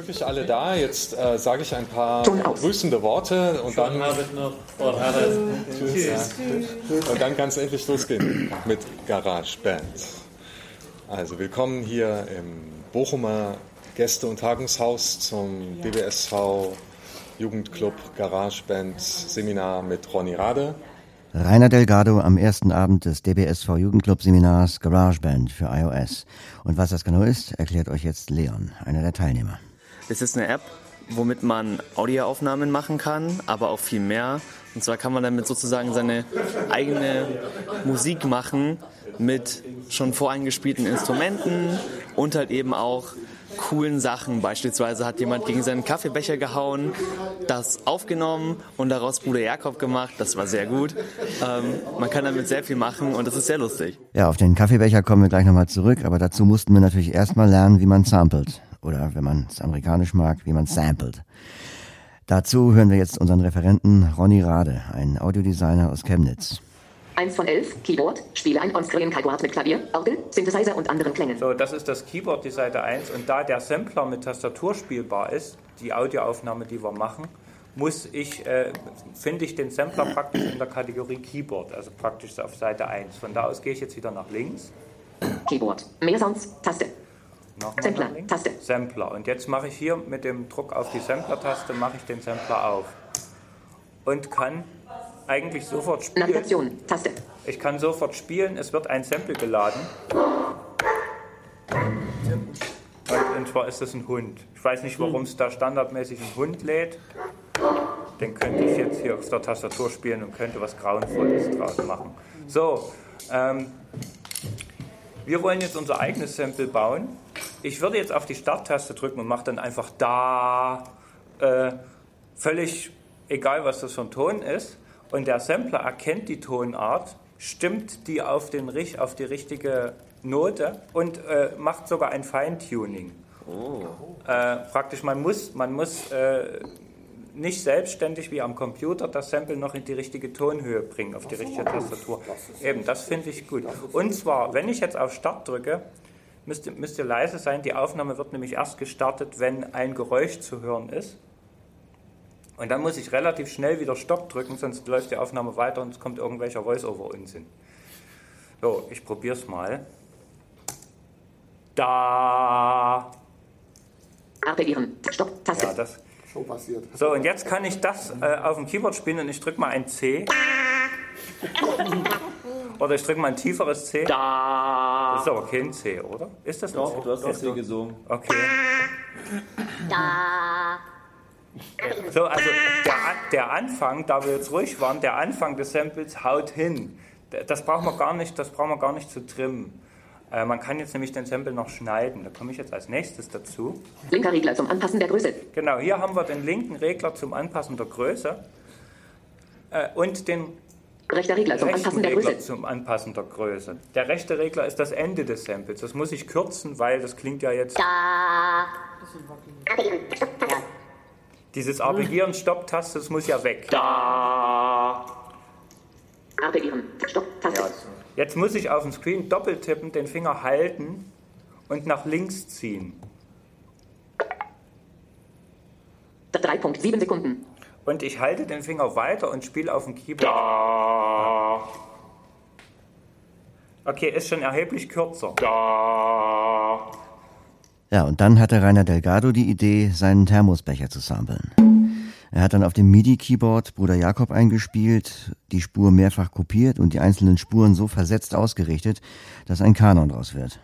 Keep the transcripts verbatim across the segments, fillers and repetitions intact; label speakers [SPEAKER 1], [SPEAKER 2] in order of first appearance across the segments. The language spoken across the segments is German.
[SPEAKER 1] wirklich alle da. Jetzt äh, sage ich ein paar grüßende Worte und dann, und dann kann es endlich losgehen mit GarageBand. Also willkommen hier im Bochumer Gäste- und Tagungshaus zum D B S V Jugendclub GarageBand Seminar mit Ronny Rade.
[SPEAKER 2] Rainer Delgado am ersten Abend des D B S V Jugendclub-Seminars GarageBand für iOS. Und was das genau ist, erklärt euch jetzt Leon, einer der Teilnehmer.
[SPEAKER 3] Es ist eine App, womit man Audioaufnahmen machen kann, aber auch viel mehr. Und zwar kann man damit sozusagen seine eigene Musik machen mit schon voreingespielten Instrumenten und halt eben auch coolen Sachen. Beispielsweise hat jemand gegen seinen Kaffeebecher gehauen, das aufgenommen und daraus Bruder Jakob gemacht. Das war sehr gut. Ähm, man kann damit sehr viel machen und das ist sehr lustig.
[SPEAKER 2] Ja, auf den Kaffeebecher kommen wir gleich nochmal zurück, aber dazu mussten wir natürlich erstmal lernen, wie man samplet. Oder wenn man es amerikanisch mag, wie man samplet. Dazu hören wir jetzt unseren Referenten Ronny Rade, ein Audiodesigner aus Chemnitz.
[SPEAKER 4] eins von elf, Keyboard, spiele ein On-Screen-Keyboard mit Klavier, Orgel, Synthesizer und anderen Klängen.
[SPEAKER 5] So, das ist das Keyboard, die Seite eins. Und da der Sampler mit Tastatur spielbar ist, die Audioaufnahme, die wir machen, muss ich, äh, finde ich den Sampler praktisch in der Kategorie Keyboard, also praktisch auf Seite eins. Von da aus gehe ich jetzt wieder nach links.
[SPEAKER 4] Keyboard, mehr Sounds, Taste.
[SPEAKER 5] Nochmal
[SPEAKER 4] Sampler,
[SPEAKER 5] nach links.
[SPEAKER 4] Taste.
[SPEAKER 5] Sampler. Und jetzt mache ich hier mit dem Druck auf die Sampler-Taste, mache ich den Sampler auf. Und kann eigentlich sofort spielen.
[SPEAKER 4] Navigation, Taste.
[SPEAKER 5] Ich kann sofort spielen, es wird ein Sample geladen. Und, und zwar ist das ein Hund. Ich weiß nicht, warum es da standardmäßig einen Hund lädt. Den könnte ich jetzt hier auf der Tastatur spielen und könnte was Grauenvolles draus machen. So, ähm, wir wollen jetzt unser eigenes Sample bauen. Ich würde jetzt auf die Starttaste drücken und mache dann einfach da, äh, völlig egal, was das für ein Ton ist. Und der Sampler erkennt die Tonart, stimmt die auf, den, auf die richtige Note und äh, macht sogar ein Feintuning. Oh. Äh, praktisch, man muss, man muss äh, nicht selbstständig wie am Computer das Sample noch in die richtige Tonhöhe bringen, auf die richtige Tastatur. Eben, das finde ich gut. Und zwar, wenn ich jetzt auf Start drücke, müsst ihr, müsst ihr leise sein. Die Aufnahme wird nämlich erst gestartet, wenn ein Geräusch zu hören ist. Und dann muss ich relativ schnell wieder Stopp drücken, sonst läuft die Aufnahme weiter und es kommt irgendwelcher Voice-Over-Unsinn. So, ich probiere es mal. Da.
[SPEAKER 4] Arpeggieren, Stopp, Taste.
[SPEAKER 5] Ja, das.
[SPEAKER 6] Schon passiert.
[SPEAKER 5] So, und jetzt kann ich das äh, auf dem Keyboard spielen und ich drücke mal ein C. Oder ich drücke mal ein tieferes C. Da. Das ist aber kein C, oder? Ist das ein
[SPEAKER 3] Doch,
[SPEAKER 5] C?
[SPEAKER 3] du hast das C gesungen.
[SPEAKER 5] Okay.
[SPEAKER 4] Da.
[SPEAKER 5] So, also der, der Anfang, da wir jetzt ruhig waren, der Anfang des Samples haut hin. Das braucht man gar nicht, das braucht man gar nicht zu trimmen. Äh, man kann jetzt nämlich den Sample noch schneiden. Da komme ich jetzt als nächstes dazu.
[SPEAKER 4] Linker Regler zum Anpassen der Größe.
[SPEAKER 5] Genau, hier haben wir den linken Regler zum Anpassen der Größe äh, und den
[SPEAKER 4] rechter Regler zum
[SPEAKER 5] rechten
[SPEAKER 4] Anpassen der
[SPEAKER 5] Regler
[SPEAKER 4] Größe.
[SPEAKER 5] zum Anpassen der Größe. Der rechte Regler ist das Ende des Samples. Das muss ich kürzen, weil das klingt ja jetzt...
[SPEAKER 4] Da.
[SPEAKER 5] Dieses Arpeggieren, Stopp-Taste, das muss ja weg. Da.
[SPEAKER 4] Arpeggieren, Stopp, Taste.
[SPEAKER 5] Ja, jetzt muss ich auf dem Screen doppeltippen, den Finger halten und nach links ziehen.
[SPEAKER 4] drei Komma sieben Sekunden.
[SPEAKER 5] Und ich halte den Finger weiter und spiele auf dem Keyboard. Da. Okay, ist schon erheblich kürzer. Da.
[SPEAKER 2] Ja, und dann hatte Rainer Delgado die Idee, seinen Thermosbecher zu samplen. Er hat dann auf dem MIDI-Keyboard Bruder Jakob eingespielt, die Spur mehrfach kopiert und die einzelnen Spuren so versetzt ausgerichtet, dass ein Kanon draus wird.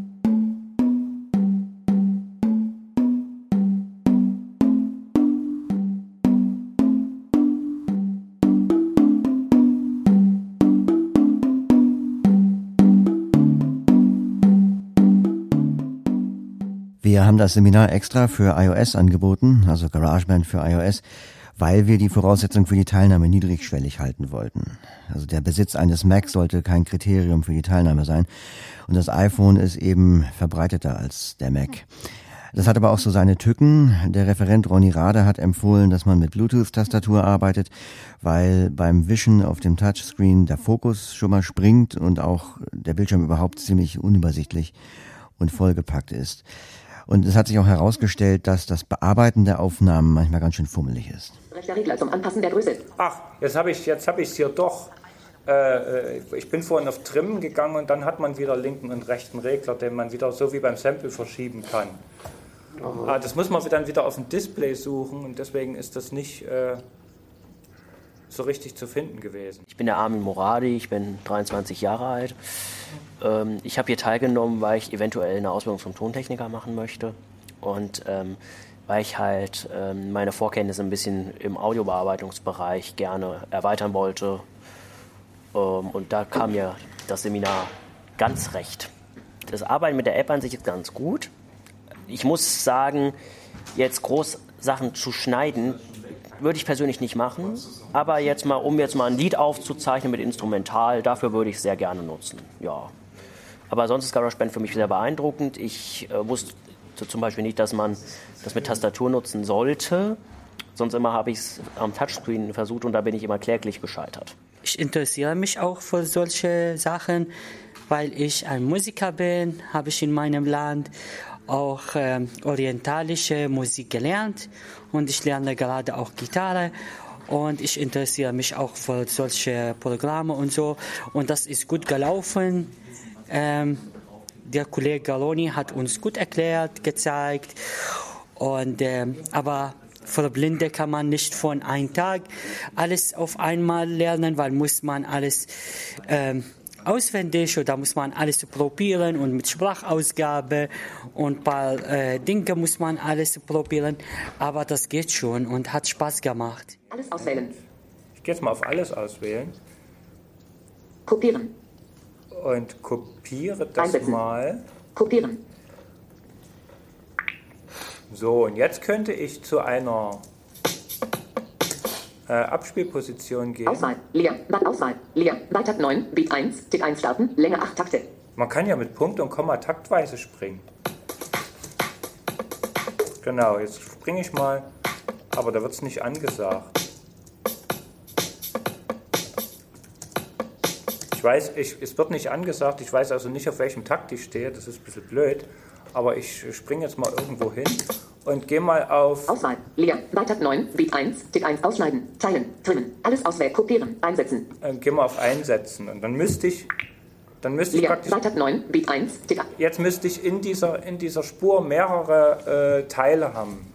[SPEAKER 2] Wir haben das Seminar extra für iOS angeboten, also GarageBand für iOS, weil wir die Voraussetzung für die Teilnahme niedrigschwellig halten wollten. Also der Besitz eines Mac sollte kein Kriterium für die Teilnahme sein. Und das iPhone ist eben verbreiteter als der Mac. Das hat aber auch so seine Tücken. Der Referent Ronny Rade hat empfohlen, dass man mit Bluetooth-Tastatur arbeitet, weil beim Wischen auf dem Touchscreen der Fokus schon mal springt und auch der Bildschirm überhaupt ziemlich unübersichtlich und vollgepackt ist. Und es hat sich auch herausgestellt, dass das Bearbeiten der Aufnahmen manchmal ganz schön fummelig ist.
[SPEAKER 4] Rechter Regler zum Anpassen der Größe.
[SPEAKER 5] Ach, jetzt habe ich es hab hier doch. Äh, ich bin vorhin auf Trimmen gegangen und dann hat man wieder linken und rechten Regler, den man wieder so wie beim Sample verschieben kann. Ah, das muss man dann wieder auf dem Display suchen und deswegen ist das nicht äh, so richtig zu finden gewesen.
[SPEAKER 6] Ich bin der Armin Moradi, ich bin dreiundzwanzig Jahre alt. Ähm, ich habe hier teilgenommen, weil ich eventuell eine Ausbildung zum Tontechniker machen möchte und ähm, weil ich halt ähm, meine Vorkenntnisse ein bisschen im Audiobearbeitungsbereich gerne erweitern wollte. Ähm, und da kam mir das Seminar ganz recht. Das Arbeiten mit der App an sich ist ganz gut. Ich muss sagen, jetzt groß Sachen zu schneiden, würde ich persönlich nicht machen. Aber jetzt mal, um jetzt mal ein Lied aufzuzeichnen mit Instrumental, dafür würde ich es sehr gerne nutzen. Ja. Aber sonst ist GarageBand für mich sehr beeindruckend. Ich äh, wusste zum Beispiel nicht, dass man das mit Tastatur nutzen sollte. Sonst immer habe ich es am Touchscreen versucht und da bin ich immer kläglich gescheitert.
[SPEAKER 7] Ich interessiere mich auch für solche Sachen, weil ich ein Musiker bin, habe ich in meinem Land auch äh, orientalische Musik gelernt und ich lerne gerade auch Gitarre und ich interessiere mich auch für solche Programme und so und das ist gut gelaufen. Ähm, der Kollege Galoni hat uns gut erklärt, gezeigt und äh, aber für Blinde kann man nicht von einem Tag alles auf einmal lernen, weil muss man alles ähm, auswendig oder muss man alles probieren und mit Sprachausgabe und ein paar äh, Dinge muss man alles probieren, aber das geht schon und hat Spaß gemacht.
[SPEAKER 4] Alles auswählen.
[SPEAKER 5] Ich gehe jetzt mal auf alles auswählen.
[SPEAKER 4] Kopieren.
[SPEAKER 5] Und kopiere das
[SPEAKER 4] Einsetzen.
[SPEAKER 5] mal.
[SPEAKER 4] Kopieren.
[SPEAKER 5] So, und jetzt könnte ich zu einer äh, Abspielposition gehen.
[SPEAKER 4] Auswahl. Leer. Auswahl. Leer. Weiter neun. Beat eins. Tick eins starten. Länge acht Takte.
[SPEAKER 5] Man kann ja mit Punkt und Komma taktweise springen. Genau, jetzt springe ich mal, aber da wird es nicht angesagt. Ich weiß, ich, es wird nicht angesagt, ich weiß also nicht, auf welchem Takt ich stehe, das ist ein bisschen blöd, aber ich springe jetzt mal irgendwo hin und gehe mal auf...
[SPEAKER 4] Auswahl. Leer. Weiter neun. Beat eins. Tick eins ausschneiden. Teilen. Trimmen. Alles auswählen. Kopieren. Einsetzen.
[SPEAKER 5] Äh, gehe mal auf Einsetzen und dann müsste ich... Dann müsste ich
[SPEAKER 4] Leer.
[SPEAKER 5] praktisch...
[SPEAKER 4] Weiter neun. Beat eins. Tick eins.
[SPEAKER 5] Jetzt müsste ich in dieser, in dieser Spur mehrere äh, Teile haben.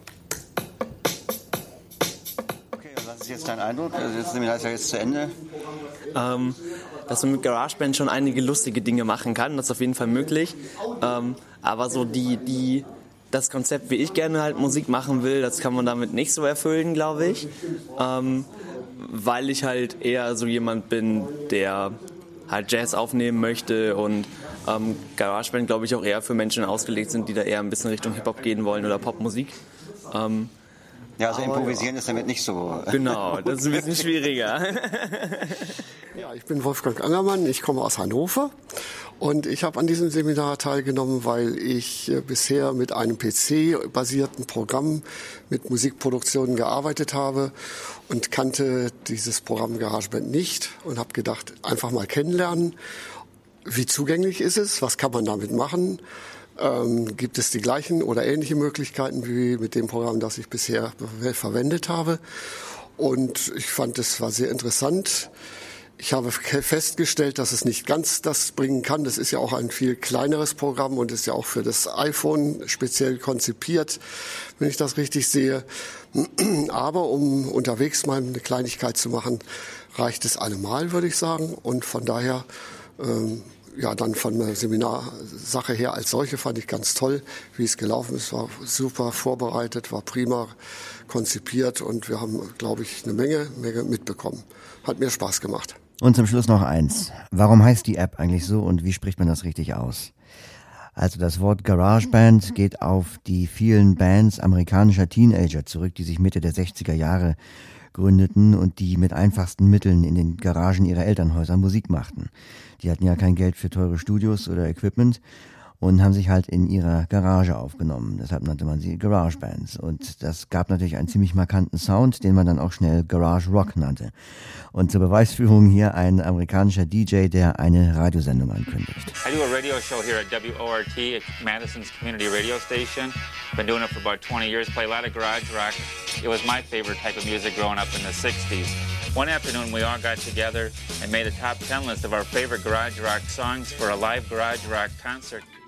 [SPEAKER 2] Okay, und was ist jetzt dein Eindruck? Also das Seminar ist ja jetzt zu Ende.
[SPEAKER 3] Ähm, dass man mit GarageBand schon einige lustige Dinge machen kann, das ist auf jeden Fall möglich. Ähm, aber so die, die, das Konzept, wie ich gerne halt Musik machen will, das kann man damit nicht so erfüllen, glaube ich. Ähm, weil ich halt eher so jemand bin, der halt Jazz aufnehmen möchte und ähm, GarageBand, glaube ich, auch eher für Menschen ausgelegt sind, die da eher ein bisschen Richtung Hip-Hop gehen wollen oder Popmusik. Ähm,
[SPEAKER 2] Ja, also improvisieren ist damit nicht so.
[SPEAKER 3] Genau, das ist ein bisschen schwieriger.
[SPEAKER 8] Ja, ich bin Wolfgang Angermann, ich komme aus Hannover und ich habe an diesem Seminar teilgenommen, weil ich äh, bisher mit einem P C-basierten Programm mit Musikproduktionen gearbeitet habe und kannte dieses Programm GarageBand nicht und habe gedacht, einfach mal kennenlernen. Wie zugänglich ist es? Was kann man damit machen? Ähm, gibt es die gleichen oder ähnliche Möglichkeiten wie mit dem Programm, das ich bisher verwendet habe? Und ich fand, es war sehr interessant. Ich habe festgestellt, dass es nicht ganz das bringen kann. Das ist ja auch ein viel kleineres Programm und ist ja auch für das iPhone speziell konzipiert, wenn ich das richtig sehe. Aber um unterwegs mal eine Kleinigkeit zu machen, reicht es allemal, würde ich sagen. Und von daher, ähm, ja, dann von der Seminarsache her als solche fand ich ganz toll, wie es gelaufen ist. War super vorbereitet, war prima konzipiert und wir haben, glaube ich, eine Menge, Menge mitbekommen. Hat mir Spaß gemacht.
[SPEAKER 2] Und zum Schluss noch eins. Warum heißt die App eigentlich so und wie spricht man das richtig aus? Also das Wort GarageBand geht auf die vielen Bands amerikanischer Teenager zurück, die sich Mitte der sechziger Jahre gründeten und die mit einfachsten Mitteln in den Garagen ihrer Elternhäuser Musik machten. Die hatten ja kein Geld für teure Studios oder Equipment und haben sich halt in ihrer Garage aufgenommen. Deshalb nannte man sie Garage Bands. Und das gab natürlich einen ziemlich markanten Sound, den man dann auch schnell Garage Rock nannte. Und zur Beweisführung hier ein amerikanischer D J, der eine Radiosendung ankündigt.
[SPEAKER 9] I do a radio show here at W O R T, at Madison's community radio station. Been doing it for about twenty years, play a lot of garage rock. It was my favorite type of music growing up in the sixties. One afternoon we all got together and made a top ten list of our favorite garage rock songs for a live garage rock concert.